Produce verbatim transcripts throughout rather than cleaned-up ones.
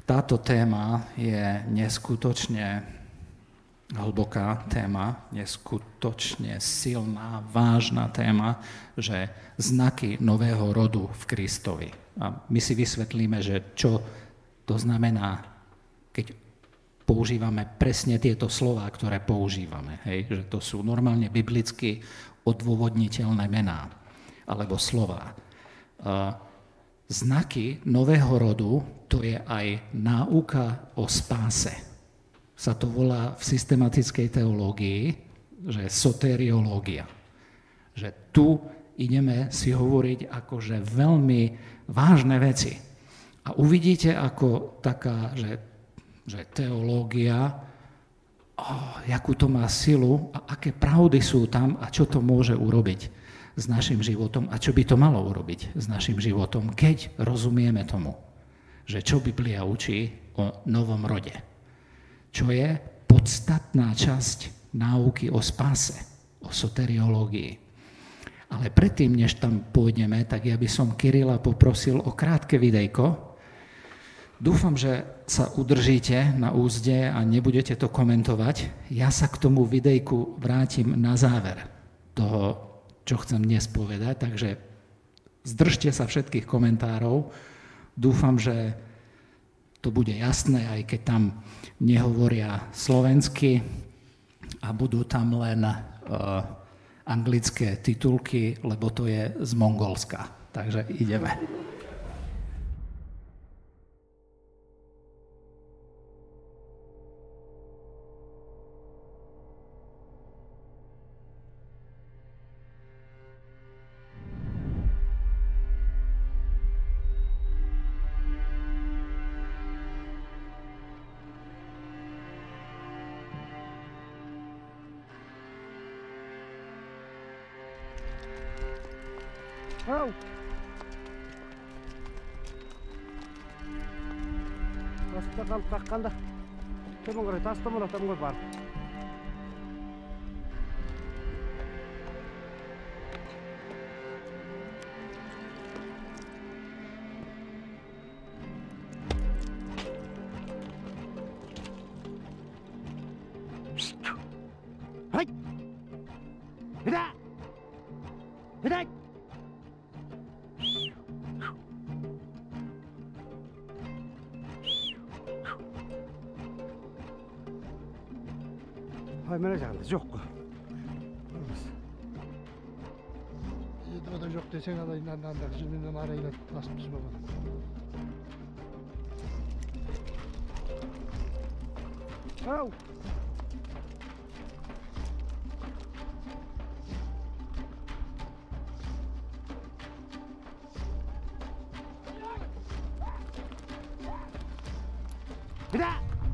Táto téma je neskutočne hlboká téma, neskutočne silná, vážna téma, že znaky nového rodu v Kristovi. A my si vysvetlíme, že čo to znamená, keď používame presne tieto slová, ktoré používame. Hej? Že to sú normálne biblicky odôvodniteľné mená alebo slová. Znaky nového rodu, to je aj náuka o spáse. Sa to volá v systematickej teológii, že soteriológia. Že tu ideme si hovoriť akože veľmi vážne veci. A uvidíte, ako taká, že, že teológia, oh, jakú to má silu a aké pravdy sú tam a čo to môže urobiť s našim životom a čo by to malo urobiť s našim životom, keď rozumieme tomu, že čo Biblia učí o novom rode. Čo je podstatná časť náuky o spáse, o soteriológii. Ale predtým, než tam pôjdeme, tak ja by som Kyrila poprosil o krátke videjko. Dúfam, že sa udržíte na úzde a nebudete to komentovať. Ja sa k tomu videjku vrátim na záver toho, čo chcem dnes povedať, takže zdržte sa všetkých komentárov. Dúfam, že to bude jasné, aj keď tam nehovoria slovensky a budú tam len uh, anglické titulky, lebo to je z Mongolska. Takže ideme. Oh. Tasta kalk takkanda. Temon gore tasta mola temon bar. Hai. Hida. Hida. Hemen canınız yok mu? O da yok desen da inandan da şimdi arayla basmış baba. Oh. Hida.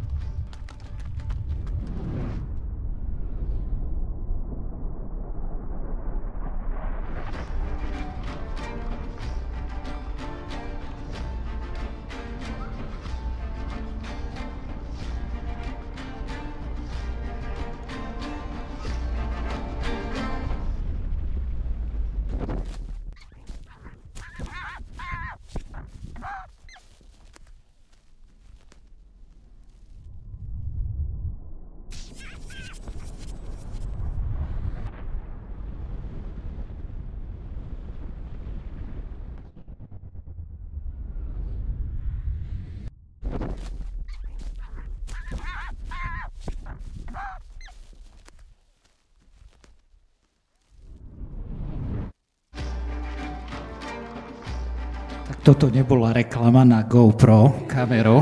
Toto nebola reklama na GoPro kameru.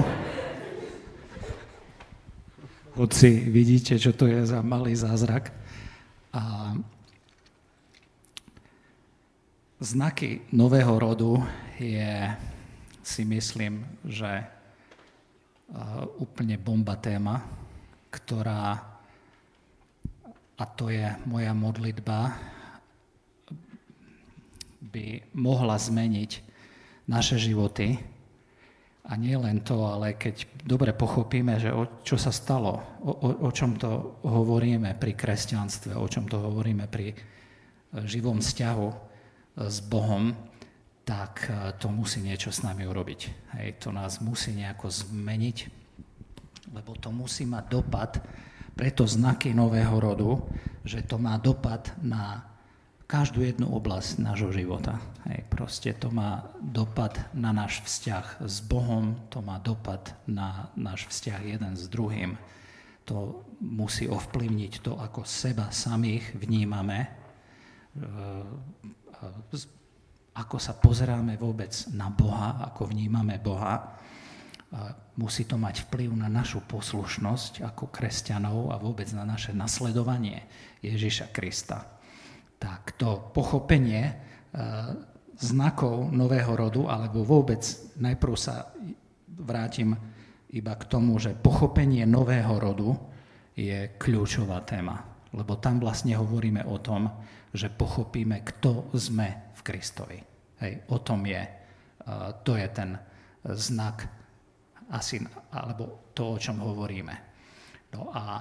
Hoci vidíte, čo to je za malý zázrak. A znaky nového rodu je, si myslím, že úplne bomba téma, ktorá, a to je moja modlitba, by mohla zmeniť naše životy. A nie len to, ale keď dobre pochopíme, že o, čo sa stalo, o, o, o čom to hovoríme pri kresťanstve, o čom to hovoríme pri živom vzťahu s Bohom, tak to musí niečo s nami urobiť. Hej, to nás musí nejako zmeniť, lebo to musí mať dopad, preto znaky nového rodu, že to má dopad na každú jednu oblasť nášho života. Hej, proste to má dopad na náš vzťah s Bohom, to má dopad na náš vzťah jeden s druhým. To musí ovplyvniť to, ako seba samých vnímame, ako sa pozeráme vôbec na Boha, ako vnímame Boha. Musí to mať vplyv na našu poslušnosť ako kresťanov a vôbec na naše nasledovanie Ježiša Krista. Tak to pochopenie znakov nového rodu, alebo vôbec najprv sa vrátim iba k tomu, že pochopenie nového rodu je kľúčová téma, lebo tam vlastne hovoríme o tom, že pochopíme, kto sme v Kristovi. Hej, o tom je, to je ten znak, asi, alebo to, o čom hovoríme. No a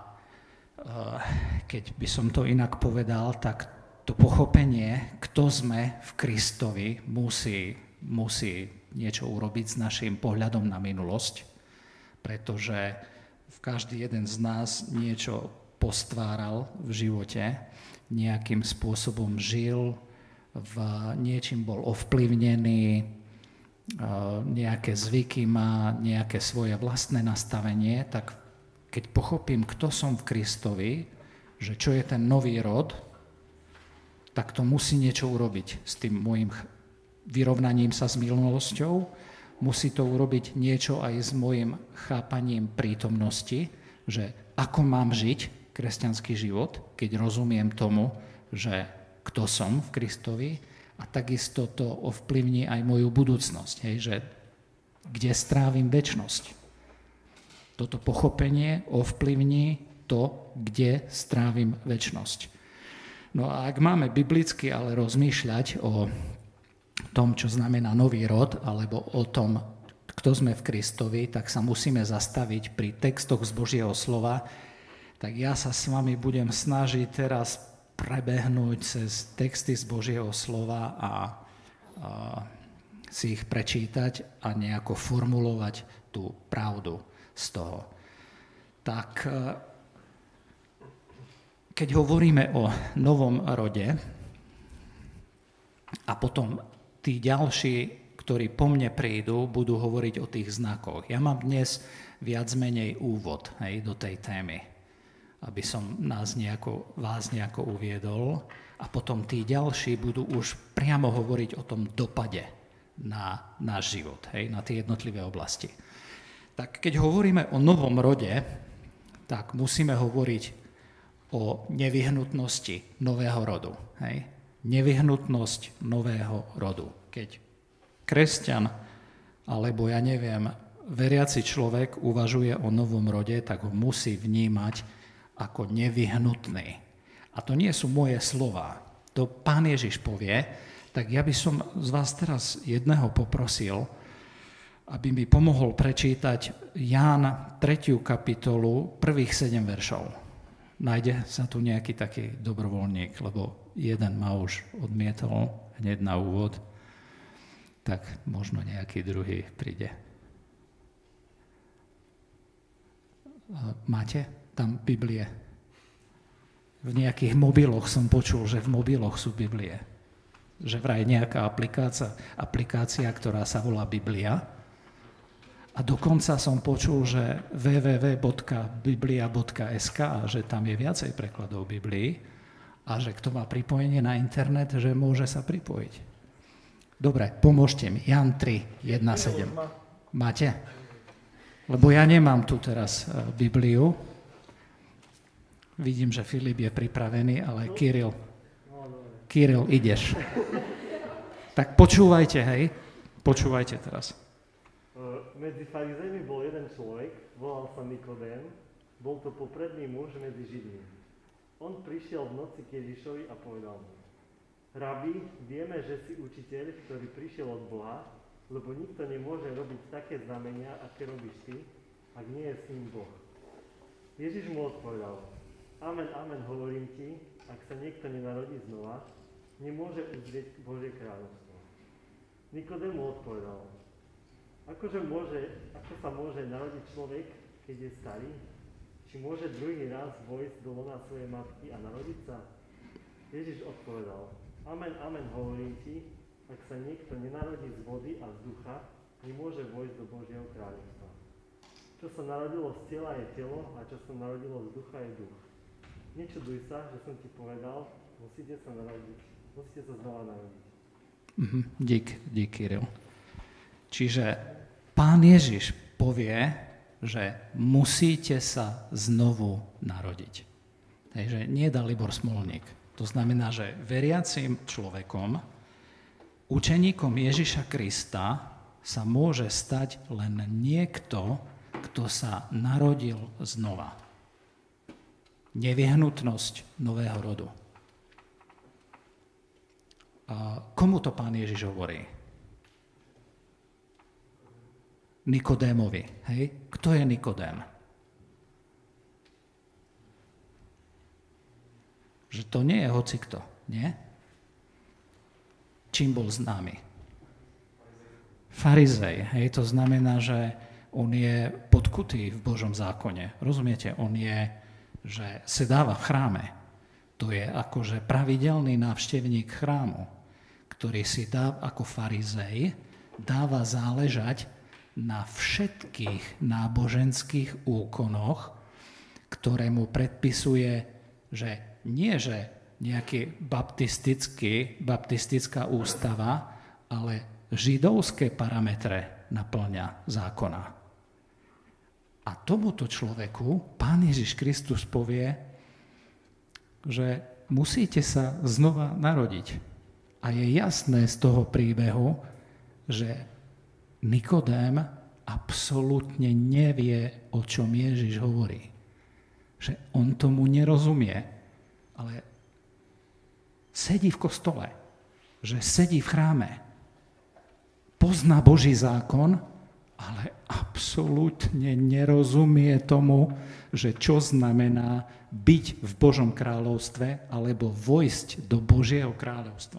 keď by som to inak povedal, tak to pochopenie, kto sme v Kristovi, musí, musí niečo urobiť s našim pohľadom na minulosť, pretože každý jeden z nás niečo postváral v živote, nejakým spôsobom žil, v niečím bol ovplyvnený, nejaké zvyky má, nejaké svoje vlastné nastavenie, tak keď pochopím, kto som v Kristovi, že čo je ten nový rod, tak to musí niečo urobiť s tým môjim vyrovnaním sa s minulosťou, musí to urobiť niečo aj s môjim chápaním prítomnosti, že ako mám žiť kresťanský život, keď rozumiem tomu, že kto som v Kristovi, a takisto to ovplyvní aj moju budúcnosť, hej, že kde strávim večnosť. Toto pochopenie ovplyvní to, kde strávim večnosť. No a ak máme biblicky ale rozmýšľať o tom, čo znamená nový rod, alebo o tom, kto sme v Kristovi, tak sa musíme zastaviť pri textoch z Božieho slova. Tak ja sa s vami budem snažiť teraz prebehnúť cez texty z Božieho slova a, a si ich prečítať a nejako formulovať tú pravdu z toho. Tak keď hovoríme o novom rode a potom tí ďalší, ktorí po mne prídu, budú hovoriť o tých znakoch. Ja mám dnes viac menej úvod, hej, do tej témy, aby som nás nejako, vás nejako uviedol, a potom tí ďalší budú už priamo hovoriť o tom dopade na náš život, hej, na tie jednotlivé oblasti. Tak keď hovoríme o novom rode, tak musíme hovoriť o nevyhnutnosti nového rodu. Hej. Nevyhnutnosť nového rodu. Keď kresťan, alebo ja neviem, veriaci človek uvažuje o novom rode, tak ho musí vnímať ako nevyhnutný. A to nie sú moje slová. To Pán Ježiš povie, tak ja by som z vás teraz jedného poprosil, aby mi pomohol prečítať Ján tretiu kapitolu, prvých sedem veršov. Nájde sa tu nejaký taký dobrovoľník, lebo jeden ma už odmietol hneď na úvod, tak možno nejaký druhý príde. Máte tam Biblie? V nejakých mobiloch som počul, že v mobiloch sú Biblie. Že vraj nejaká aplikácia, aplikácia, ktorá sa volá Biblia. A dokonca som počul, že w w w bodka biblia bodka es ka, že tam je viacej prekladov Biblii a že kto má pripojenie na internet, že môže sa pripojiť. Dobre, pomôžte mi. Ján tri, jedna sedem. Máte? Lebo ja nemám tu teraz Bibliu. Vidím, že Filip je pripravený, ale Kiril, Kiril, ideš. Tak počúvajte, hej? Počúvajte teraz. Medzi farizejmi bol jeden človek, volal sa Nikodém, bol to popredný muž medzi Židmi. On prišiel v noci k Ježišovi a povedal mu: Rabi, vieme, že si učiteľ, ktorý prišiel od Boha, lebo nikto nemôže robiť také znamenia, aké robíš ty, ak nie je s ním Boh. Ježiš mu odpovedal: Amen, amen, hovorím ti, ak sa niekto nenarodí znova, nemôže uzrieť Božie kráľovstvo. Nikodém mu odpovedal, akože môže, ako sa môže narodiť človek, keď je starý? Či môže druhý raz vojsť do lona svojej matky a narodiť sa? Ježiš odpovedal, amen, amen, hovorím ti, ak sa niekto nenarodí z vody a z ducha, nemôže vojsť do Božieho kráľovstva. Čo sa narodilo z tela je telo a čo sa narodilo z ducha je duch. Nečuduj sa, že som ti povedal, musíte sa narodiť, musíte sa znova narodiť. Mhm, dík, dík, Kiril. Čiže Pán Ježiš povie, že musíte sa znovu narodiť. Takže nie Dalibor Smolník. To znamená, že veriacim človekom, učeníkom Ježiša Krista sa môže stať len niekto, kto sa narodil znova. Nevyhnutnosť nového rodu. A komu to Pán Ježiš hovorí? Nikodémovi. Hej? Kto je Nikodém? Že to nie je hocikto, nie? Čím bol známy? Farizej. Hej? To znamená, že on je podkutý v Božom zákone. Rozumiete? On je, že sedáva v chráme. To je akože pravidelný návštevník chrámu, ktorý si dá ako farizej, dáva záležať na všetkých náboženských úkonoch, ktoré mu predpisuje, že nie, že nejaký baptistický, baptistická ústava, ale židovské parametre naplňa zákona. A tomuto človeku Pán Ježiš Kristus povie, že musíte sa znova narodiť. A je jasné z toho príbehu, že Nikodém absolútne nevie, o čom Ježiš hovorí. Že on tomu nerozumie, ale sedí v kostole, že sedí v chráme, pozná Boží zákon, ale absolútne nerozumie tomu, že čo znamená byť v Božom kráľovstve alebo vojsť do Božieho kráľovstva.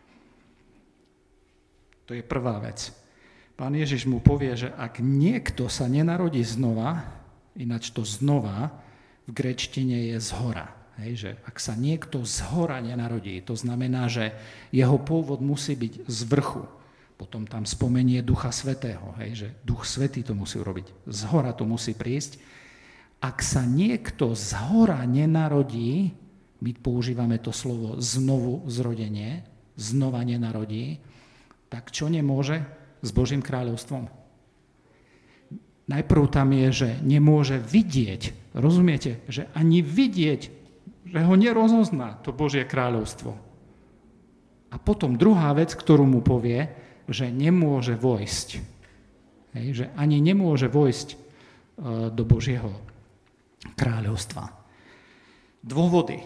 To je prvá vec. Pán Ježiš mu povie, že ak niekto sa nenarodí znova, ináč to znova v gréčtine je zhora. Hej, že ak sa niekto zhora nenarodí, to znamená, že jeho pôvod musí byť z vrchu. Potom tam spomenie Ducha Svätého, hej, že Duch Svätý to musí urobiť. Zhora to musí prísť. Ak sa niekto zhora nenarodí, my používame to slovo znovu zrodenie, znova nenarodí, tak čo nemôže s Božím kráľovstvom? Najprv tam je, že nemôže vidieť, rozumiete, že ani vidieť, že ho nerozozná to Božie kráľovstvo. A potom druhá vec, ktorú mu povie, že nemôže vojsť. Hej, že ani nemôže vojsť e, do Božieho kráľovstva. Dôvody.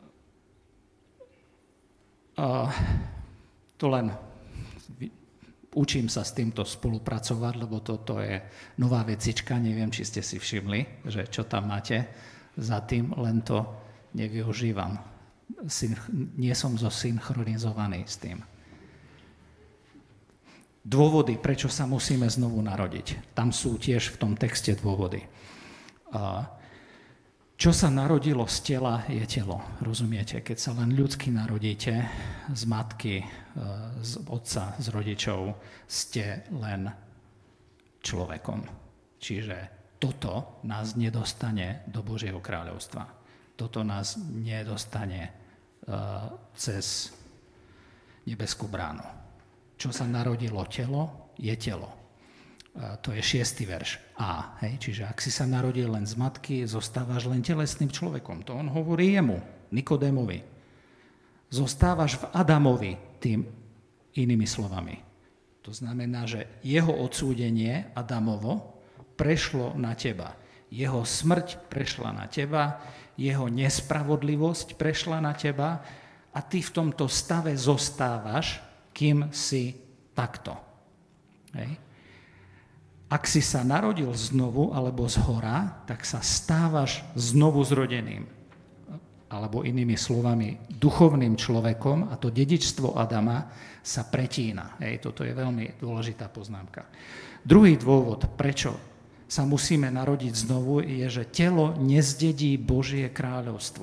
E, to len učím sa s týmto spolupracovať, lebo toto je nová vecička, neviem, či ste si všimli, že čo tam máte za tým, len to nevyužívam. Nie som zosynchronizovaný s tým. Dôvody, prečo sa musíme znovu narodiť. Tam sú tiež v tom texte dôvody. Čo sa narodilo z tela, je telo. Rozumiete? Keď sa len ľudsky narodíte z matky, z otca, z rodičov, ste len človekom. Čiže toto nás nedostane do Božieho kráľovstva. Toto nás nedostane uh, cez nebeskú bránu. Čo sa narodilo telo, je telo. Uh, to je šiestý verš A. Hej? Čiže ak si sa narodil len z matky, zostávaš len telesným človekom. To on hovorí jemu, Nikodémovi. Zostávaš v Adamovi, tým inými slovami. To znamená, že jeho odsúdenie Adamovo prešlo na teba. Jeho smrť prešla na teba, jeho nespravodlivosť prešla na teba a ty v tomto stave zostávaš, kým si takto. Hej. Ak si sa narodil znovu alebo zhora, tak sa stávaš znovu zrodeným. alebo inými slovami duchovným človekom, a to dedičstvo Adama sa pretína. Hej, toto je veľmi dôležitá poznámka. Druhý dôvod, prečo sa musíme narodiť znovu, je, že telo nezdedí Božie kráľovstvo.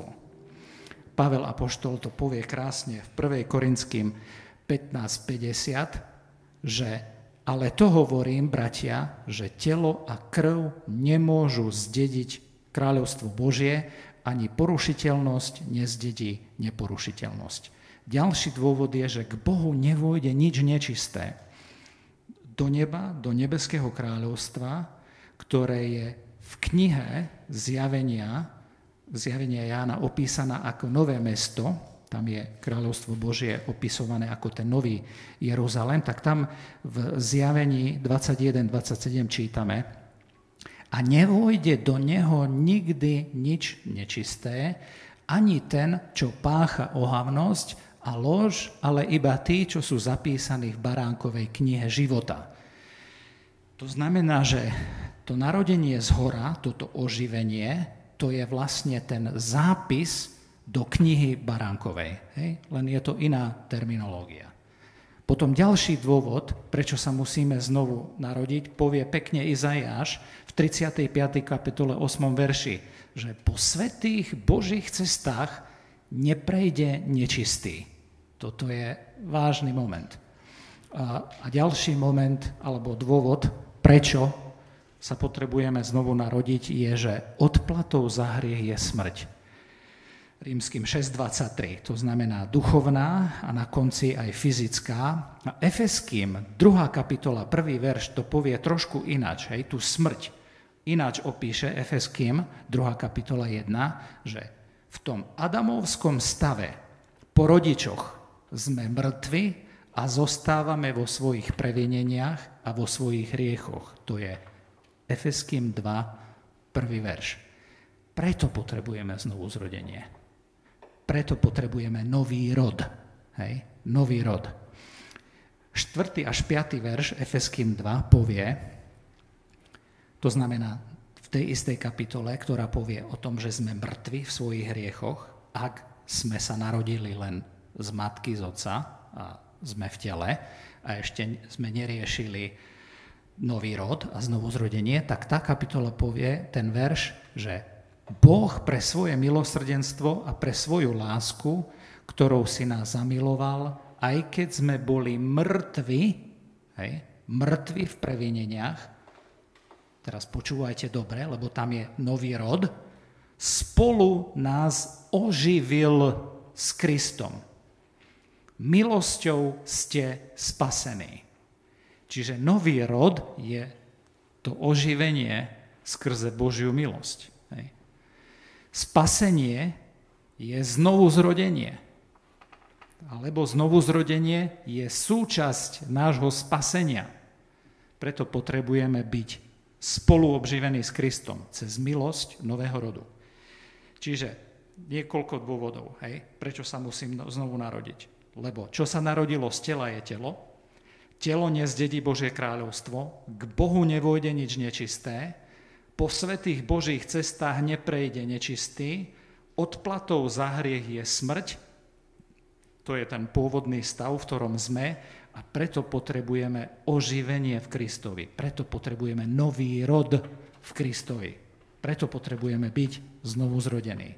Pavel apoštol to povie krásne v prvej Korinským pätnásť päťdesiat, že ale to hovorím, bratia, že telo a krv nemôžu zdediť kráľovstvo Božie, ani porušiteľnosť nezdedí neporušiteľnosť. Ďalší dôvod je, že k Bohu nevojde nič nečisté. Do neba, do nebeského kráľovstva, ktoré je v knihe Zjavenia, Zjavenia Jána opísaná ako nové mesto, tam je kráľovstvo Božie opisované ako ten nový Jeruzalém, tak tam v Zjavení dvadsaťjeden dvadsaťsedem čítame: a nevojde do neho nikdy nič nečisté, ani ten, čo pácha ohavnosť a lož, ale iba tí, čo sú zapísaní v baránkovej knihe života. To znamená, že to narodenie zhora, toto oživenie, to je vlastne ten zápis do knihy baránkovej. Hej? Len je to iná terminológia. Potom ďalší dôvod, prečo sa musíme znovu narodiť, povie pekne Izaiáš v tridsiatej piatej kapitole ôsmom verši, že po svätých Božích cestách neprejde nečistý. Toto je vážny moment. A, a ďalší moment, alebo dôvod, prečo sa potrebujeme znovu narodiť, je, že odplatou za hriech je smrť. Rímskym šesť dvadsaťtri, to znamená duchovná a na konci aj fyzická. A Efeským druhá kapitola, prvý verš to povie trošku ináč, hej, tú smrť ináč opíše Efeským druhá kapitola jedna, že v tom adamovskom stave po rodičoch sme mŕtvi a zostávame vo svojich previneniach a vo svojich hriechoch. To je Efeským dva, prvý verš. Preto potrebujeme znovu zrodenie. Preto potrebujeme nový rod. Hej? Nový rod. štvrtý až piaty verš Efeským dva povie, to znamená v tej istej kapitole, ktorá povie o tom, že sme mŕtvi v svojich hriechoch, ak sme sa narodili len z matky, z otca a sme v tele a ešte sme neriešili nový rod a znovu zrodenie, tak tá kapitola povie ten verš, že Boh pre svoje milosrdenstvo a pre svoju lásku, ktorou si nás zamiloval, aj keď sme boli mŕtvi, hej, mŕtvi v previneniach, teraz počúvajte dobre, lebo tam je nový rod, spolu nás oživil s Kristom. Milosťou ste spasení. Čiže nový rod je to oživenie skrze Božiu milosť. Hej. Spasenie je znovuzrodenie. Alebo znovuzrodenie je súčasť nášho spasenia. Preto potrebujeme byť spolu obživení s Kristom cez milosť nového rodu. Čiže niekoľko dôvodov, hej, prečo sa musím znovu narodiť. Lebo čo sa narodilo z tela je telo, telo nezdedí Božie kráľovstvo, k Bohu nevojde nič nečisté, po svätých Božích cestách neprejde nečistý, odplatou za hriech je smrť, to je ten pôvodný stav, v ktorom sme, a preto potrebujeme oživenie v Kristovi, preto potrebujeme nový rod v Kristovi, preto potrebujeme byť znovu zrodení.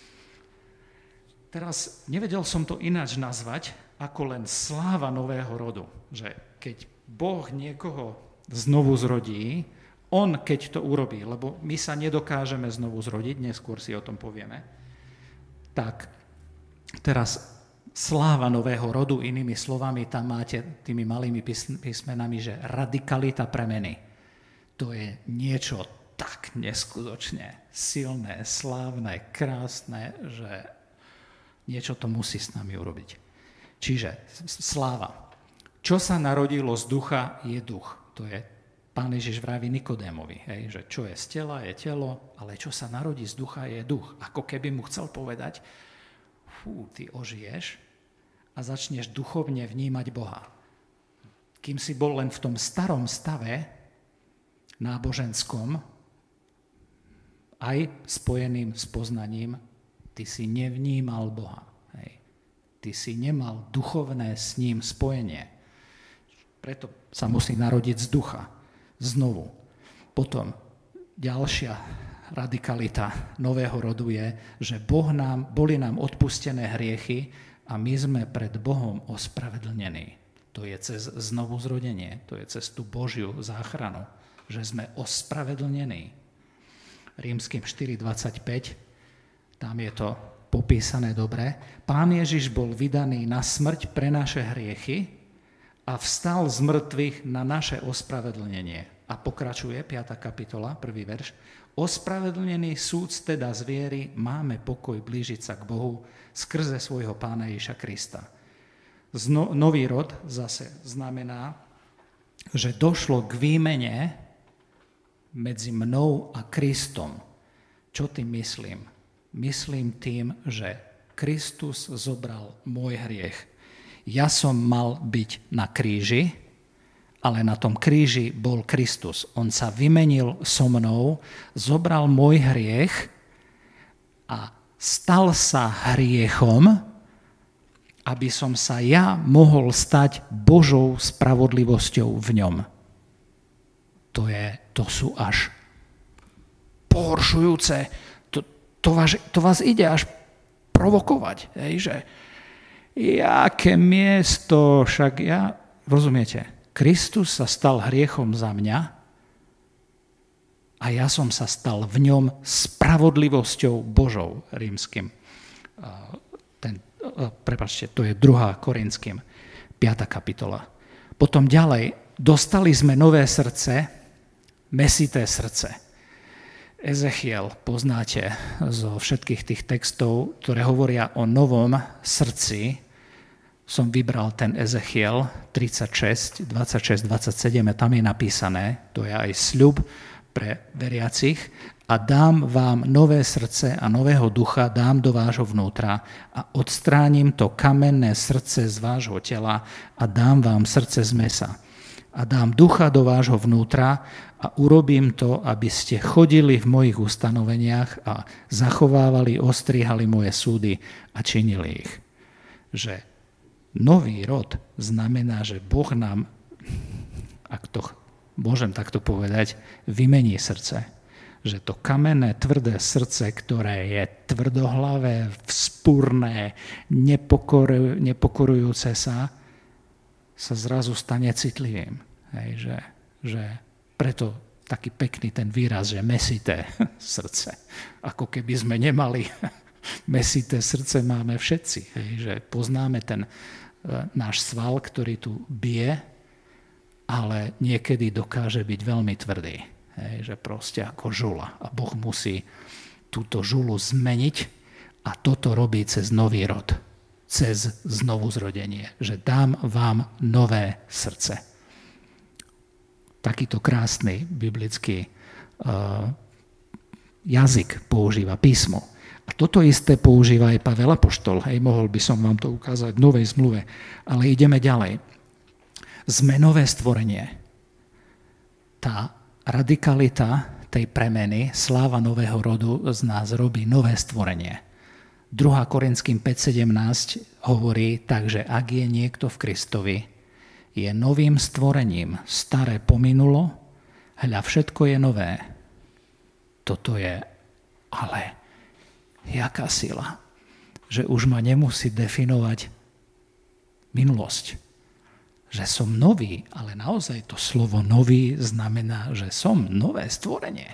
Teraz nevedel som to ináč nazvať, ako len sláva nového rodu, že keď Boh niekoho znovu zrodí, on keď to urobí, lebo my sa nedokážeme znovu zrodiť, neskôr si o tom povieme, tak teraz sláva nového rodu, inými slovami, tam máte tými malými písmenami, že radikalita premeny. To je niečo tak neskutočne silné, slávne, krásne, že niečo to musí s nami urobiť. Čiže sláva. Čo sa narodilo z ducha, je duch. To je Pán Ježiš vraví Nikodémovi, hej, že čo je z tela, je telo, ale čo sa narodí z ducha, je duch. Ako keby mu chcel povedať, fú, ty ožiješ a začneš duchovne vnímať Boha. Kým si bol len v tom starom stave náboženskom, aj spojeným s poznaním Ty si nevnímal Boha. Hej. Ty si nemal duchovné s ním spojenie. Preto sa musí narodiť z ducha. Znovu. Potom ďalšia radikalita nového rodu je, že boh nám, boli nám odpustené hriechy a my sme pred Bohom ospravedlnení. To je cez znovu zrodenie, to je cez tú Božiu záchranu, že sme ospravedlnení. Rímskym štyri dvadsaťpäť, tam je to popísané dobre. Pán Ježiš bol vydaný na smrť pre naše hriechy a vstal z mŕtvych na naše ospravedlnenie. A pokračuje piata kapitola, prvý verš. Ospravedlnený súd teda z viery máme pokoj blížiť sa k Bohu skrze svojho Pána Ježiša Krista. Zno, nový rod zase znamená, že došlo k výmene medzi mnou a Kristom. Čo tým myslím? Myslím tým, že Kristus zobral môj hriech. Ja som mal byť na kríži, ale na tom kríži bol Kristus. On sa vymenil so mnou, zobral môj hriech a stal sa hriechom, aby som sa ja mohol stať Božou spravodlivosťou v ňom. To, je, to sú až pohoršujúce, to, to, vás, to vás ide až provokovať, hej, že jaké miesto, však ja, rozumiete, Kristus sa stal hriechom za mňa a ja som sa stal v ňom spravodlivosťou Božou, rímskym. Ten, prepáčte, to je druhá Korinským, piata kapitola. Potom ďalej, dostali sme nové srdce, mäsité srdce. Ezechiel poznáte zo všetkých tých textov, ktoré hovoria o novom srdci. Som vybral ten Ezechiel tridsaťšesť, dvadsaťšesť, dvadsaťsedem, a tam je napísané, to je aj sľub pre veriacich, a dám vám nové srdce a nového ducha dám do vášho vnútra a odstránim to kamenné srdce z vášho tela a dám vám srdce z mesa. A dám ducha do vášho vnútra a urobím to, aby ste chodili v mojich ustanoveniach a zachovávali, ostrihali moje súdy a činili ich. Že nový rod znamená, že Boh nám, ak to môžem takto povedať, vymení srdce. Že to kamenné, tvrdé srdce, ktoré je tvrdohlavé, vzpúrne, nepokoru, nepokorujúce sa, sa zrazu stane citlivým. Hej, že, že preto taký pekný ten výraz, že mäsité srdce. Ako keby sme nemali mäsité srdce, máme všetci. Hej, že poznáme ten náš sval, ktorý tu bije, ale niekedy dokáže byť veľmi tvrdý. Hej, že proste ako žula. A Boh musí túto žulu zmeniť a toto robí cez nový rod. Cez znovuzrodenie. Že dám vám nové srdce. Takýto krásny biblický uh, jazyk používa písmo. A toto isté používa aj Pavel apoštol. Hej, mohol by som vám to ukázať v Novej zmluve. Ale ideme ďalej. Sme nové stvorenie. Tá radikalita tej premeny, sláva nového rodu z nás robí nové stvorenie. druhá Korinským päť sedemnásť hovorí, takže ak je niekto v Kristovi, je novým stvorením. Staré pominulo, hľa všetko je nové. Toto je, ale jaká sila, že už ma nemusí definovať minulosť. Že som nový, ale naozaj to slovo nový znamená, že som nové stvorenie.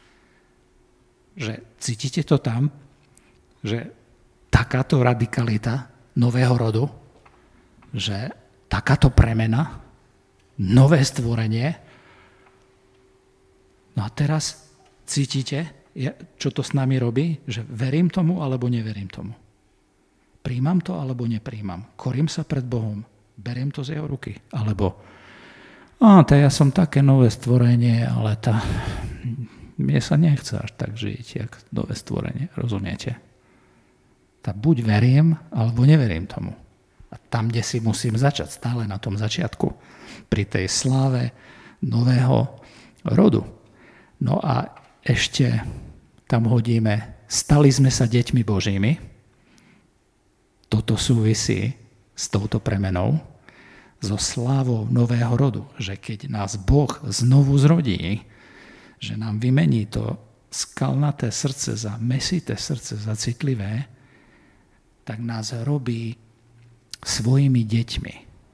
Že cítite to tam, že takáto radikalita nového rodu, že takáto premena, nové stvorenie. No a teraz cítite, čo to s nami robí? Že verím tomu, alebo neverím tomu. Príjmam to, alebo nepríjmam. Korím sa pred Bohom. Beriem to z jeho ruky. Alebo, á, tá ja som také nové stvorenie, ale tá, mne sa nechce až tak žiť, jak nové stvorenie. Rozumiete? Tá buď verím, alebo neverím tomu. A tam, kde si musím začať, stále na tom začiatku, pri tej sláve nového rodu. No a ešte tam hodíme stali sme sa deťmi Božími. Toto súvisí s touto premenou, so slávou nového rodu, že keď nás Boh znovu zrodí, že nám vymení to skalnaté srdce za mesité srdce, za citlivé, tak nás robí svojimi deťmi.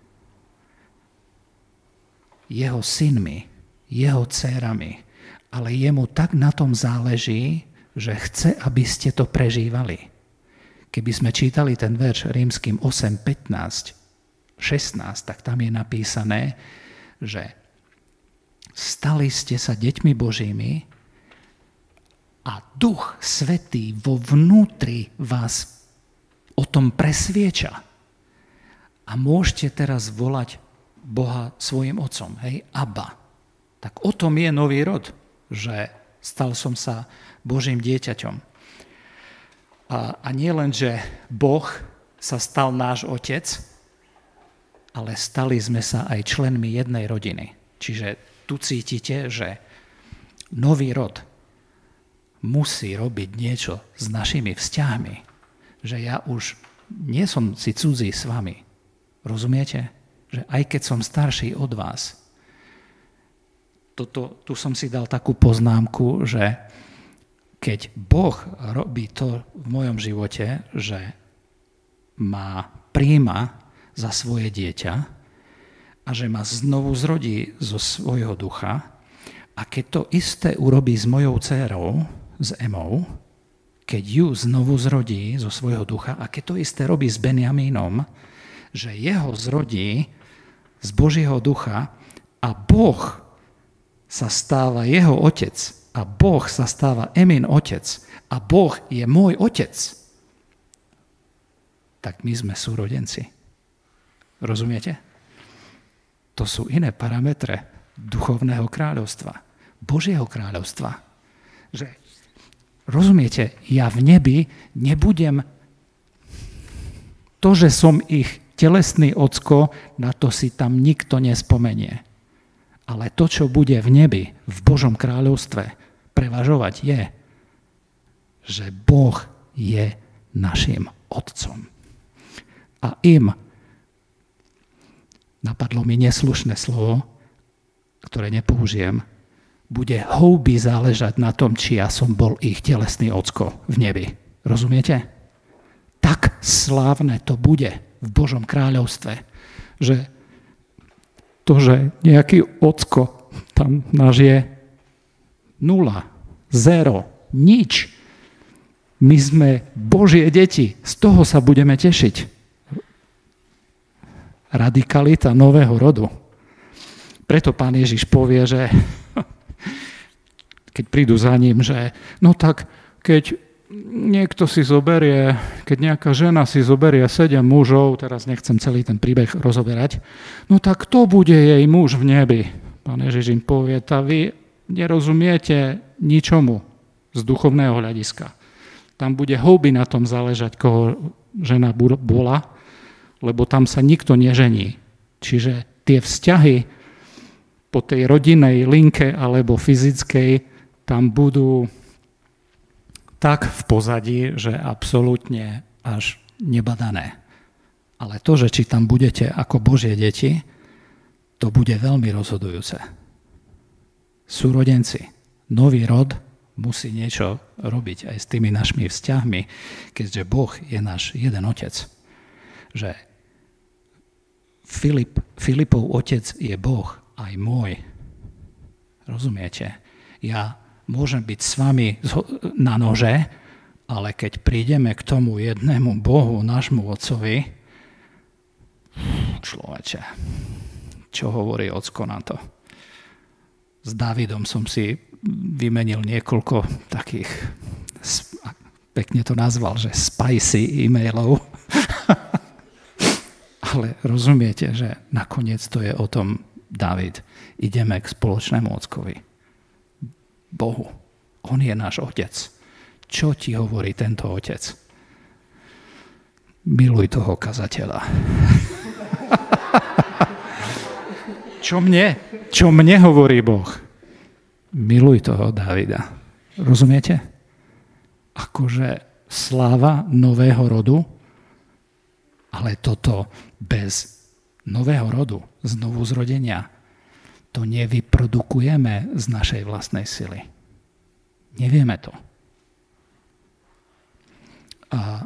Jeho synmi, jeho dcérami. Ale jemu tak na tom záleží, že chce, aby ste to prežívali. Keby sme čítali ten verš Rímskym osem, pätnásť, šestnásť, tak tam je napísané, že stali ste sa deťmi Božími a Duch Svätý vo vnútri vás o tom presvieča. A môžete teraz volať Boha svojim otcom, hej, Abba. Tak o tom je nový rod, že stal som sa Božím dieťaťom. A, a nie len, že Boh sa stal náš otec, ale stali sme sa aj členmi jednej rodiny. Čiže tu cítite, že nový rod musí robiť niečo s našimi vzťahmi. Že ja už nie som si cudzí s vami. Rozumiete? Že aj keď som starší od vás, toto, tu som si dal takú poznámku, že keď Boh robí to v mojom živote, že ma prijíma za svoje dieťa a že ma znovu zrodí zo svojho ducha a keď to isté urobí s mojou dcérou, s Emou, keď ju znovu zrodí zo svojho ducha a keď to isté robí s Benjamínom, že jeho zrodí z Božieho ducha a Boh sa stáva jeho otec a Boh sa stáva Emin otec a Boh je môj otec, tak my sme súrodenci. Rozumiete? To sú iné parametre duchovného kráľovstva, Božieho kráľovstva. Že, rozumiete, ja v nebi nebudem to, že som ich telesný ocko, na to si tam nikto nespomenie. Ale to, čo bude v nebi, v Božom kráľovstve, prevažovať je, že Boh je našim otcom. A im napadlo mi neslušné slovo, ktoré nepoužijem, bude houby záležať na tom, či ja som bol ich telesný ocko v nebi. Rozumiete? Tak slávne to bude v Božom kráľovstve, že to, že nejaký ocko tam náš je nula, zero, nič. My sme Božie deti, z toho sa budeme tešiť. Radikalita nového rodu. Preto Pán Ježiš povie, že keď prídu za ním, že no tak, keď niekto si zoberie, keď nejaká žena si zoberie sedem mužov, teraz nechcem celý ten príbeh rozoberať, no tak kto bude jej muž v nebi? Pán Ježiš im povie, tá vy nerozumiete ničomu z duchovného hľadiska. Tam bude houby na tom záležať, koho žena bola, lebo tam sa nikto nežení. Čiže tie vzťahy po tej rodinnej linke alebo fyzickej tam budú tak v pozadí, že absolútne až nebadané. Ale to, že či tam budete ako Božie deti, to bude veľmi rozhodujúce. Súrodenci, nový rod musí niečo robiť aj s tými našimi vzťahmi, keďže Boh je náš jeden otec. Že Filip, Filipov otec je Boh, aj môj. Rozumiete? Ja môžem byť s vami na nože, ale keď prídeme k tomu jednému Bohu, nášmu otcovi, človeče, čo hovorí ocko na to? S Dávidom som si vymenil niekoľko takých, pekne to nazval, že spicy e-mailov. Ale rozumiete, že nakoniec to je o tom, Dávid, ideme k spoločnému ockovi. Bohu. On je náš otec. Čo ti hovorí tento otec? Miluj toho kazateľa. Čo mne? Čo mne hovorí Boh? Miluj toho Dávida. Rozumiete? akože sláva nového rodu, ale toto bez nového rodu, znovu zrodenia, to nevyprodukujeme z našej vlastnej sily. Nevieme to. A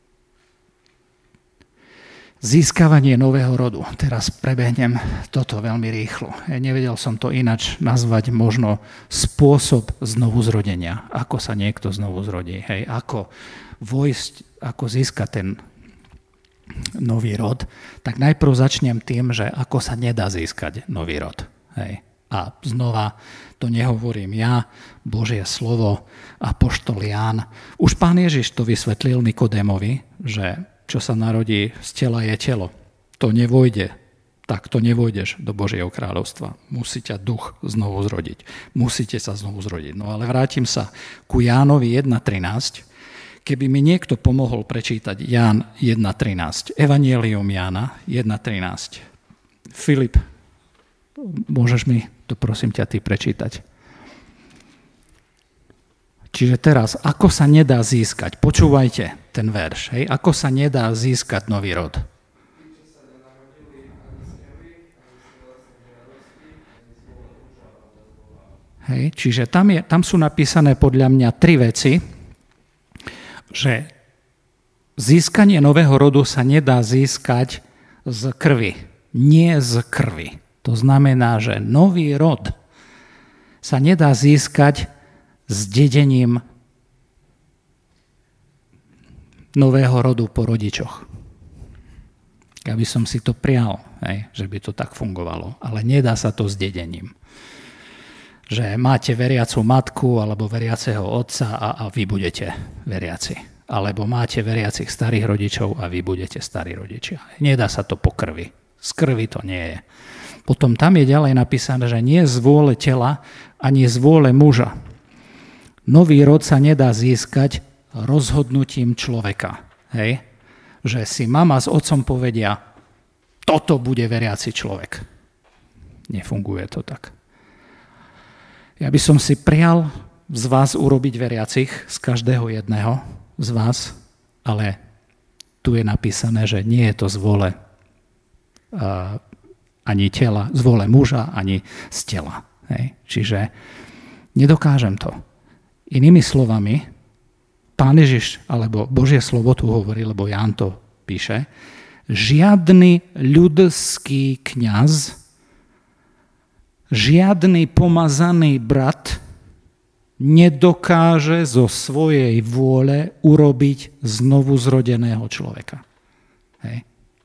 získavanie nového rodu. Teraz prebehnem toto veľmi rýchlo. Ja nevedel som to inač nazvať možno spôsob znovu zrodenia. Ako sa niekto znovu zrodí. Hej, ako vojsť, ako získať ten nový rod. Tak najprv začnem tým, že ako sa nedá získať nový rod. Hej. A znova to nehovorím ja, Božie slovo, apoštol Ján. Už Pán Ježiš to vysvetlil Nikodémovi, že čo sa narodí z tela je telo. To nevojde, tak to nevojdeš do Božieho kráľovstva. Musí ťa duch znovu zrodiť. Musíte sa znovu zrodiť. No ale vrátim sa ku Jánovi jedna trinásť. Keby mi niekto pomohol prečítať Ján jedna trinásť, Evangelium Jána jedna trinásť. Filip, môžeš mi to prosím ťa ty prečítať? Čiže teraz, ako sa nedá získať? Počúvajte ten verš. Hej? Ako sa nedá získať nový rod? Hej? Čiže tam, je, tam sú napísané podľa mňa tri veci, že získanie nového rodu sa nedá získať z krvi. Nie z krvi. To znamená, že nový rod sa nedá získať s dedením nového rodu po rodičoch. Ja by som si to prial, hej, že by to tak fungovalo, ale nedá sa to s dedením. Že máte veriacu matku alebo veriaceho otca a, a vy budete veriaci. Alebo máte veriacich starých rodičov a vy budete starí rodičia. Nedá sa to po krvi. Z krvi to nie je. Potom tam je ďalej napísané, že nie z vôle tela ani z vôle muža. Nový rod sa nedá získať rozhodnutím človeka. Hej? Že si mama s otcom povedia, toto bude veriaci človek. Nefunguje to tak. Ja by som si prial z vás urobiť veriacich, z každého jedného z vás, ale tu je napísané, že nie je to z vôle uh, ani tela, z vôle muža, ani z tela. Hej? Čiže nedokážem to. Inými slovami, Pán Ježiš, alebo Božie slovo tu hovorí, lebo Ján to píše, žiadny ľudský kňaz, žiadny pomazaný brat nedokáže zo svojej vôle urobiť znovu zrodeného človeka. Hej.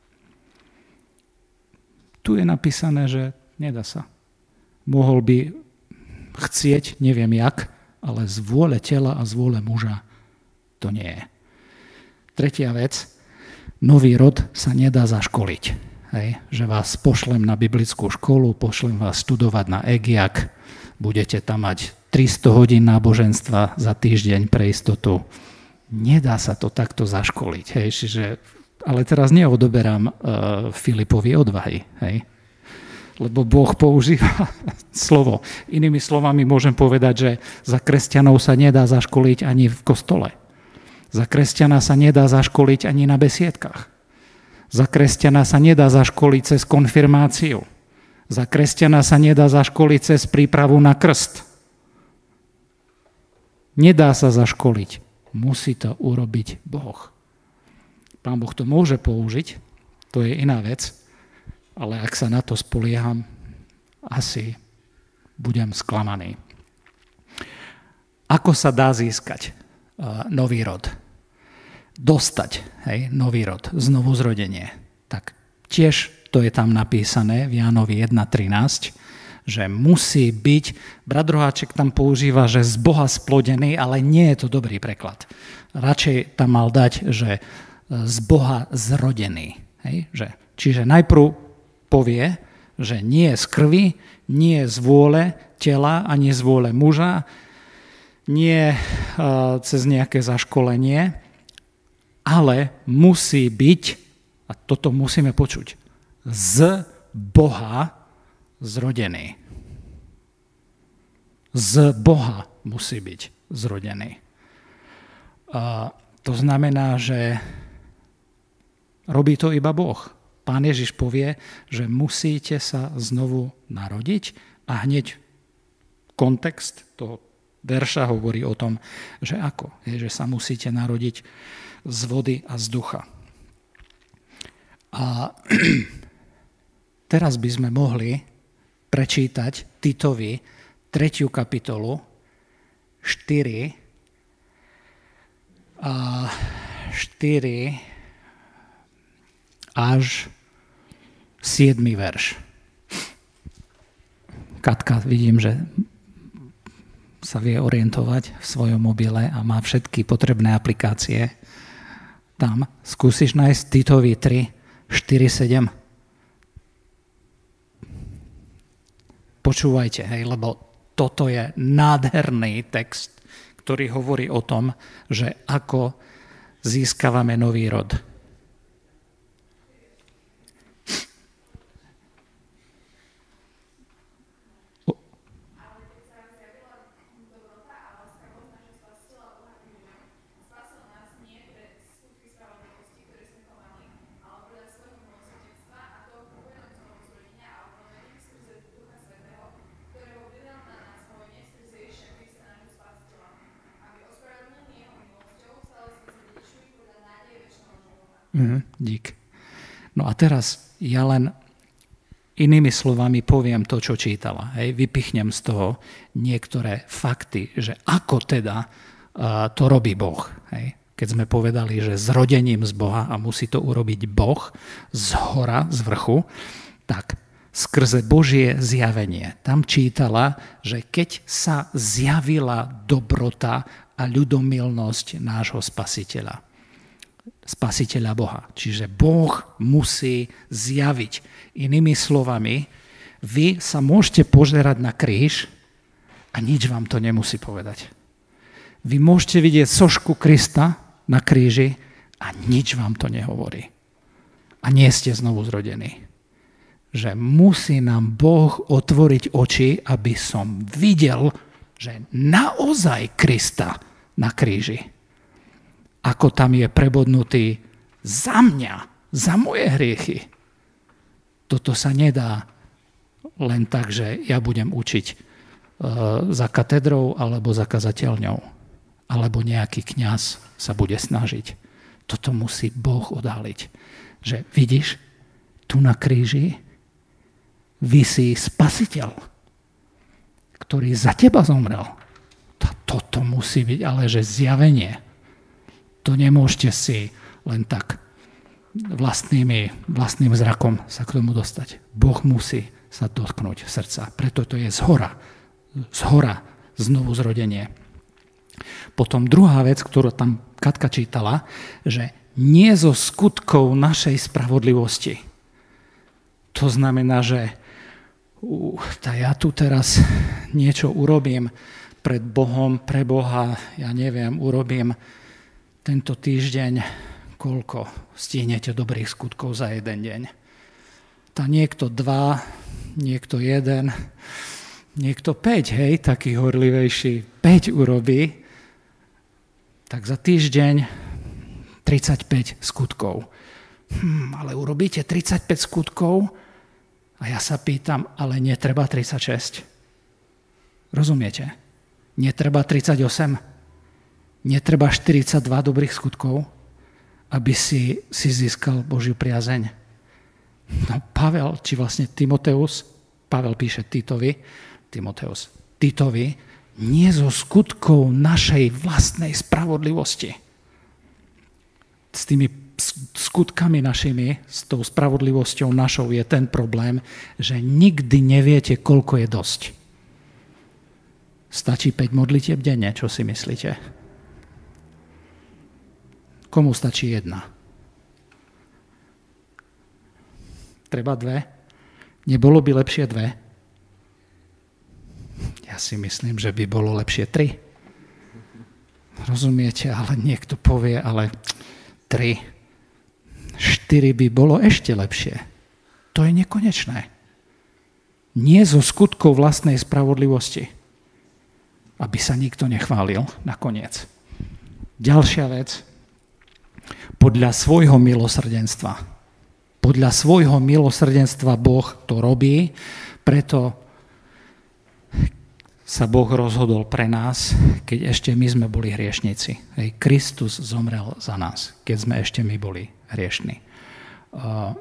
Tu je napísané, že nedá sa. Mohol by chcieť, neviem jak, ale z vôle tela a z vôle muža to nie je. Tretia vec, nový rod sa nedá zaškoliť. Hej? Že vás pošlem na biblickú školu, pošlem vás študovať na EGIAC, budete tam mať tristo hodín náboženstva za týždeň pre istotu. Nedá sa to takto zaškoliť. Hej? Čiže, ale teraz neodoberám uh, Filipovi odvahy. Hej? Lebo Boh používa slovo. Inými slovami môžem povedať, že za kresťanov sa nedá zaškoliť ani v kostole. Za kresťana sa nedá zaškoliť ani na besiedkách. Za kresťana sa nedá zaškoliť cez konfirmáciu. Za kresťana sa nedá zaškoliť cez prípravu na krst. Nedá sa zaškoliť. Musí to urobiť Boh. Pán Boh to môže použiť, to je iná vec, ale ak sa na to spolieham, asi budem sklamaný. Ako sa dá získať uh, nový rod? Dostať, hej, nový rod, znovu zrodenie. Tak tiež to je tam napísané v Jánovi jedna trinásť, že musí byť, brat Roháček tam používa, že z Boha splodený, ale nie je to dobrý preklad. Radšej tam mal dať, že z Boha zrodený. Hej, že, čiže najprv povie, že nie z krvi, nie z vôle tela, ani z vôle muža, nie uh, cez nejaké zaškolenie, ale musí byť, a toto musíme počuť, z Boha zrodený. Z Boha musí byť zrodený. A to znamená, že robí to iba Boh. Pán Ježiš povie, že musíte sa znovu narodiť a hneď kontext toho verša hovorí o tom, že ako, je, že sa musíte narodiť z vody a z ducha. A teraz by sme mohli prečítať Titovi tretiu kapitolu štyri a štyri až siedmy verš. Katka, vidím, že sa vie orientovať v svojom mobile a má všetky potrebné aplikácie. Tam skúsiš nájsť Titovi tri, štyri, sedem. Počúvajte, hej, lebo toto je nádherný text, ktorý hovorí o tom, že ako získavame nový rod. Mhm, dík. No a teraz ja len inými slovami poviem to, čo čítala. Hej. Vypichnem z toho niektoré fakty, že ako teda uh, to robí Boh. Hej. Keď sme povedali, že zrodením z Boha a musí to urobiť Boh z hora, z vrchu, tak skrze Božie zjavenie. Tam čítala, že keď sa zjavila dobrota a ľudomilnosť nášho Spasiteľa. Spasiteľa Boha. Čiže Boh musí zjaviť. Inými slovami, vy sa môžete pozerať na kríž a nič vám to nemusí povedať. Vy môžete vidieť sošku Krista na kríži a nič vám to nehovorí. A nie ste znovu zrodení. Že musí nám Boh otvoriť oči, aby som videl, že naozaj Krista na kríži. Ako tam je prebodnutý za mňa, za moje hriechy. Toto sa nedá len tak, že ja budem učiť uh, za katedrou alebo za kazateľňou. Alebo nejaký kňaz sa bude snažiť. Toto musí Boh odhaliť. Že vidíš, tu na kríži visí Spasiteľ, ktorý za teba zomrel. Toto musí byť ale že zjavenie. To nemôžete si len tak vlastnými, vlastným zrakom sa k tomu dostať. Boh musí sa dotknúť srdca. Preto to je zhora. Zhora znovu zrodenie. Potom druhá vec, ktorú tam Katka čítala, že nie zo skutkov našej spravodlivosti. To znamená, že uh, tá ja tu teraz niečo urobím pred Bohom, pre Boha, ja neviem, urobím tento týždeň, koľko stihnete dobrých skutkov za jeden deň. Tá niekto dva, niekto jeden, niekto päť, hej, taký horlivejší, päť urobí, tak za týždeň tridsaťpäť skutkov. Hm, ale urobíte tridsaťpäť skutkov a ja sa pýtam, ale netreba tridsaťšesť. Rozumiete? Netreba tridsaťosem. Netreba štyridsaťdva dobrých skutkov, aby si, si získal Božiu priazeň. No Pavel, či vlastne Timoteus, Pavel píše Titovi, Timoteus, Titovi, nie zo skutkov našej vlastnej spravodlivosti. S tými skutkami našimi, s tou spravodlivosťou našou je ten problém, že nikdy neviete, koľko je dosť. Stačí päť modlitieb denne, čo si myslíte? Komu stačí jedna? Treba dve? Nebolo by lepšie dve? Ja si myslím, že by bolo lepšie tri. Rozumiete? Ale niekto povie, ale tri, štyri by bolo ešte lepšie. To je nekonečné. Nie zo skutkov vlastnej spravodlivosti. Aby sa nikto nechválil nakoniec. Ďalšia vec, podľa svojho milosrdenstva. Podľa svojho milosrdenstva Boh to robí, preto sa Boh rozhodol pre nás, keď ešte my sme boli hriešnici. Hej, Kristus zomrel za nás, keď sme ešte my boli hriešni. Uh,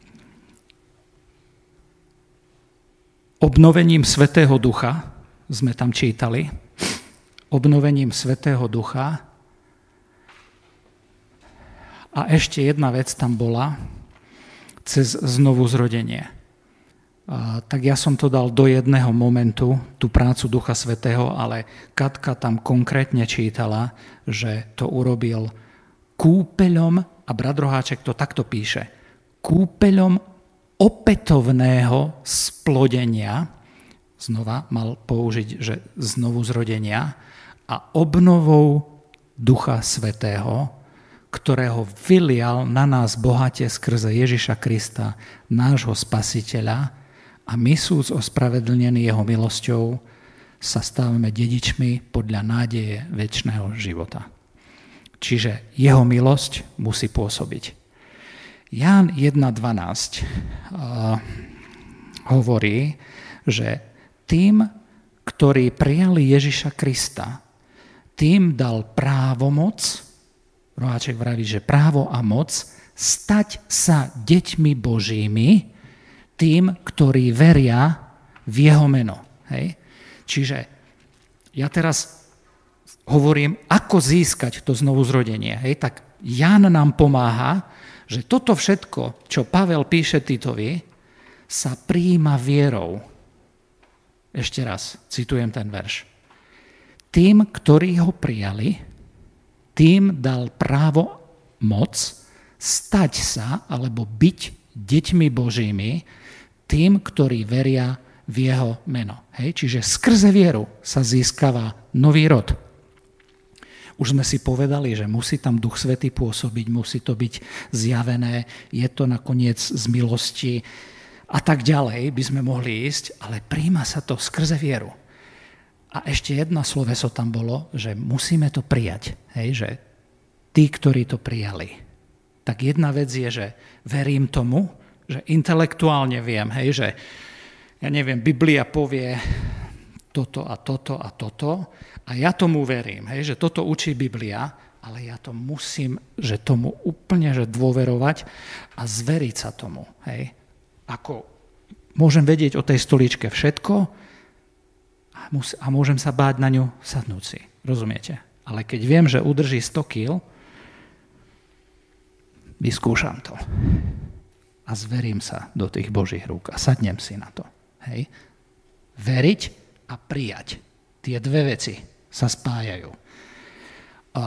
obnovením Svätého Ducha, sme tam čítali, obnovením Svätého Ducha. A ešte jedna vec tam bola, cez znovuzrodenie. A, tak ja som to dal do jedného momentu, tú prácu Ducha Svätého, ale Katka tam konkrétne čítala, že to urobil kúpeľom, a brat Roháček to takto píše, kúpeľom opätovného splodenia, znova mal použiť, že znovuzrodenia, a obnovou Ducha Svätého, ktorého vylial na nás bohate skrze Ježiša Krista, nášho Spasiteľa, a my súc ospravedlnení jeho milosťou sa stávame dedičmi podľa nádeje večného života. Čiže jeho milosť musí pôsobiť. Ján jedna dvanásť uh, hovorí, že tým, ktorí prijali Ježiša Krista, tým dal právomoc, Roháček vraví, že právo a moc, stať sa deťmi Božími, tým, ktorí veria v jeho meno. Hej? Čiže ja teraz hovorím, ako získať to znovuzrodenie. Hej? Tak Ján nám pomáha, že toto všetko, čo Pavel píše Titovi, sa prijíma vierou. Ešte raz, citujem ten verš. Tým, ktorí ho prijali, tým dal právo moc stať sa alebo byť deťmi Božími, tým, ktorí veria v jeho meno. Hej? Čiže skrze vieru sa získava nový rod. Už sme si povedali, že musí tam Duch Svätý pôsobiť, musí to byť zjavené, je to nakoniec z milosti a tak ďalej by sme mohli ísť, ale prijíma sa to skrze vieru. A ešte jedno sloveso tam bolo, že musíme to prijať. Hej, že tí, ktorí to prijali. Tak jedna vec je, že verím tomu, že intelektuálne viem, hej, že ja neviem, Biblia povie toto a toto a toto a ja tomu verím, hej, že toto učí Biblia, ale ja to musím, že tomu úplne že dôverovať a zveriť sa tomu. Hej. Ako môžem vedieť o tej stoličke všetko, a môžem sa báť na ňu sadnúť si. Rozumiete? Ale keď viem, že udrží sto kíl, vyskúšam to. A zverím sa do tých Božích rúk a sadnem si na to. Hej? Veriť a prijať. Tie dve veci sa spájajú. A,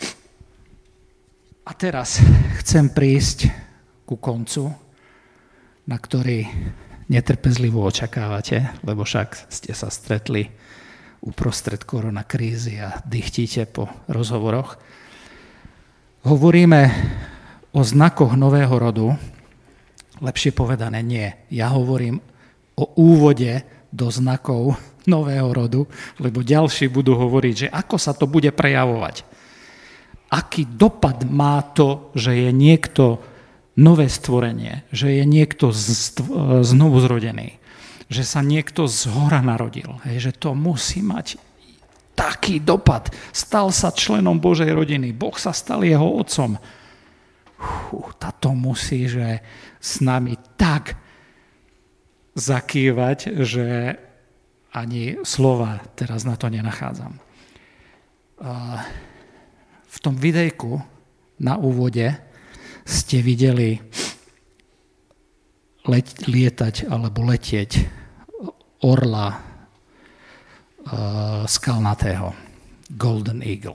a teraz chcem prísť ku koncu, na ktorý netrpezlivo očakávate, lebo však ste sa stretli uprostred koronakrízy a dychtíte po rozhovoroch. Hovoríme o znakoch nového rodu, lepšie povedané nie. Ja hovorím o úvode do znakov nového rodu, lebo ďalší budú hovoriť, že ako sa to bude prejavovať. Aký dopad má to, že je niekto nové stvorenie, že je niekto znovu zrodený, že sa niekto zhora narodil, hej, že to musí mať taký dopad. Stal sa členom Božej rodiny, Boh sa stal jeho otcom. Fú, táto musí, že s nami tak zakývať, že ani slova teraz na to nenachádzam. V tom videjku na úvode ste videli leť, lietať alebo letieť orla uh, skalnatého, Golden Eagle.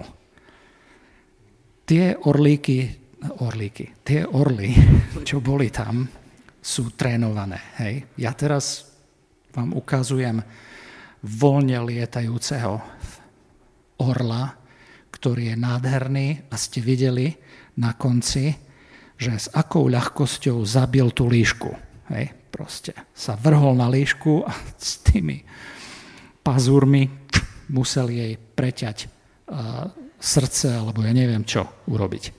Tie orlíky, orlíky, tie orly, čo boli tam, sú trénované. Hej. Ja teraz vám ukazujem voľne lietajúceho orla, ktorý je nádherný a ste videli na konci, že s akou ľahkosťou zabil tú líšku. Hej, proste sa vrhol na líšku a s tými pazúrmi musel jej preťať uh, srdce, alebo ja neviem čo urobiť.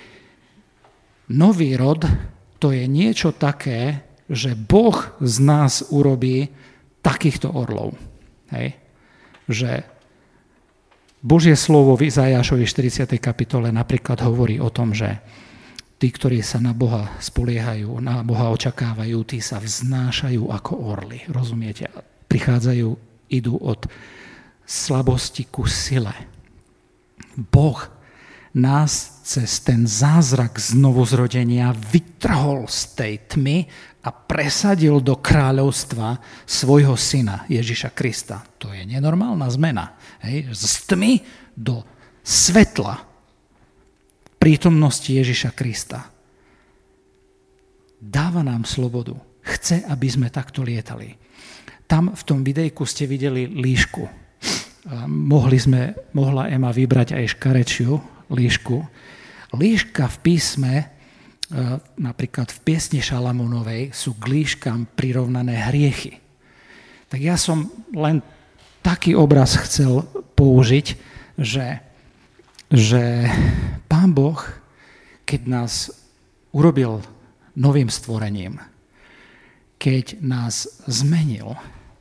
Nový rod to je niečo také, že Boh z nás urobí takýchto orlov. Hej? Že Božie slovo v Izaiášovi štyridsiatej kapitole napríklad hovorí o tom, že tí, ktorí sa na Boha spoliehajú, na Boha očakávajú, tí sa vznášajú ako orly. Rozumiete? Prichádzajú, idú od slabosti ku sile. Boh nás cez ten zázrak znovuzrodenia vytrhol z tej tmy a presadil do kráľovstva svojho syna Ježiša Krista. To je nenormálna zmena. Hej? Z tmy do svetla prítomnosti Ježiša Krista. Dáva nám slobodu. Chce, aby sme takto lietali. Tam v tom videjku ste videli líšku. Mohli sme, mohla Ema vybrať aj škarečiu líšku. Líška v písme, napríklad v piesni Šalamúnovej, sú k líškam prirovnané hriechy. Tak ja som len taký obraz chcel použiť, že, že Pán Boh, keď nás urobil novým stvorením, keď nás zmenil,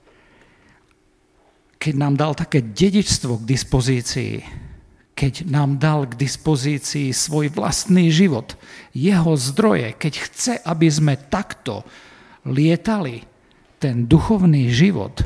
keď nám dal také dedičstvo k dispozícii, keď nám dal k dispozícii svoj vlastný život, jeho zdroje, keď chce, aby sme takto lietali ten duchovný život,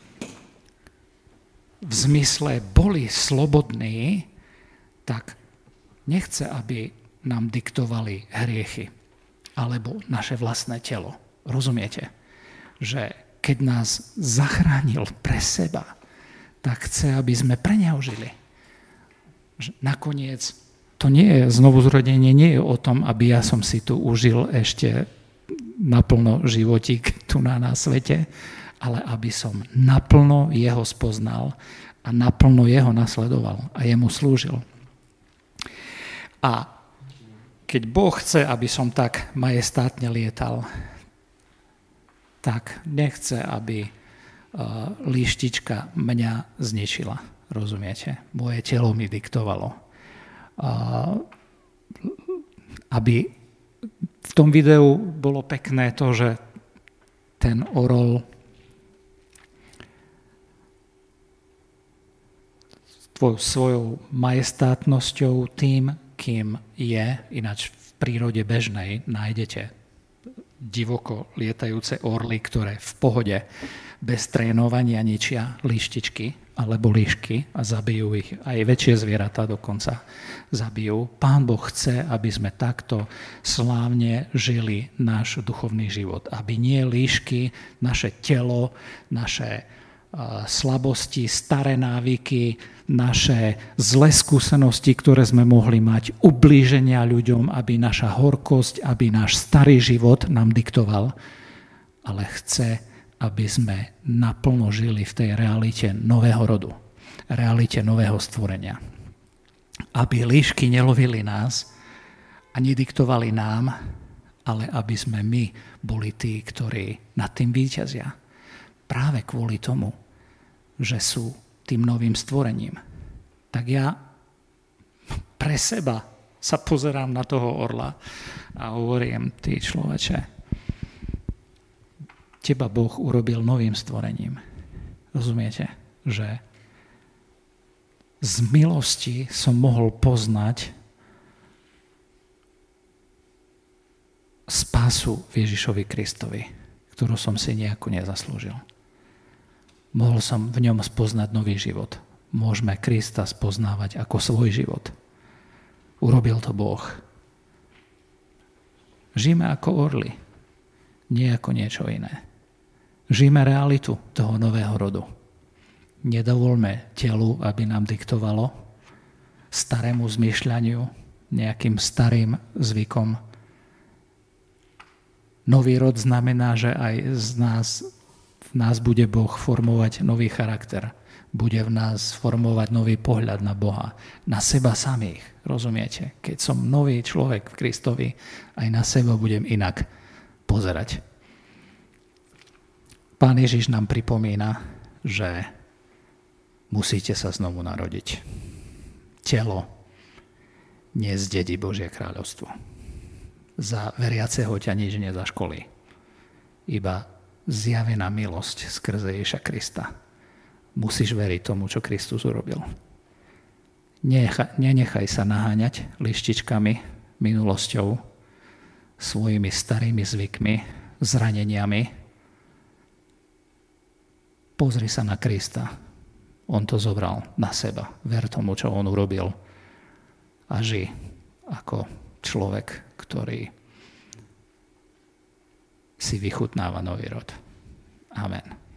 v zmysle boli slobodní, tak nechce, aby nám diktovali hriechy alebo naše vlastné telo. Rozumiete? Že keď nás zachránil pre seba, tak chce, aby sme pre neho žili. Nakoniec to nie je, znovuzrodenie nie je o tom, aby ja som si tu užil ešte naplno životík tu na, na svete, ale aby som naplno jeho spoznal a naplno jeho nasledoval a jemu slúžil. A keď Boh chce, aby som tak majestátne lietal, tak nechce, aby líštička mňa zničila. Rozumiete? Moje telo mi diktovalo. Aby v tom videu bolo pekné to, že ten orol svojou majestátnosťou, tým, kým je, ináč v prírode bežnej nájdete divoko lietajúce orly, ktoré v pohode bez trénovania ničia líštičky alebo líšky a zabijú ich. Aj väčšie zvieratá dokonca zabijú. Pán Boh chce, aby sme takto slávne žili náš duchovný život. Aby nie líšky, naše telo, naše uh, slabosti, staré návyky, naše zlé skúsenosti, ktoré sme mohli mať, ublíženia ľuďom, aby naša horkosť, aby náš starý život nám diktoval. Ale chce, aby sme naplno žili v tej realite nového rodu, realite nového stvorenia. Aby líšky nelovili nás a nediktovali nám, ale aby sme my boli tí, ktorí nad tým víťazia. Práve kvôli tomu, že sú tým novým stvorením. Tak ja pre seba sa pozerám na toho orla a hovorím, ty človeče, teba Boh urobil novým stvorením. Rozumiete? Že z milosti som mohol poznať spásu v Ježišovi Kristovi, ktorú som si nejako nezaslúžil. Mohol som v ňom spoznať nový život. Môžeme Krista spoznávať ako svoj život. Urobil to Boh. Žijeme ako orly, nie ako niečo iné. Žijeme realitu toho nového rodu. Nedovolme telu, aby nám diktovalo, starému zmýšľaniu, nejakým starým zvykom. Nový rod znamená, že aj z nás, v nás bude Boh formovať nový charakter. Bude v nás formovať nový pohľad na Boha, na seba samých. Rozumiete? Keď som nový človek v Kristovi, aj na seba budem inak pozerať. Pán Ježiš nám pripomína, že musíte sa znovu narodiť. telo nezdedí Božie kráľovstvo. Za veriaceho ťa nič nezaškolí. Iba zjavená milosť skrze Ježiša Krista. Musíš veriť tomu, čo Kristus urobil. Nenechaj, nenechaj sa naháňať lištičkami, minulosťou, svojimi starými zvykmi, zraneniami. Pozri sa na Krista. On to zobral na seba. Ver tomu, čo on urobil. A ži ako človek, ktorý si vychutnáva nový rod. Amen.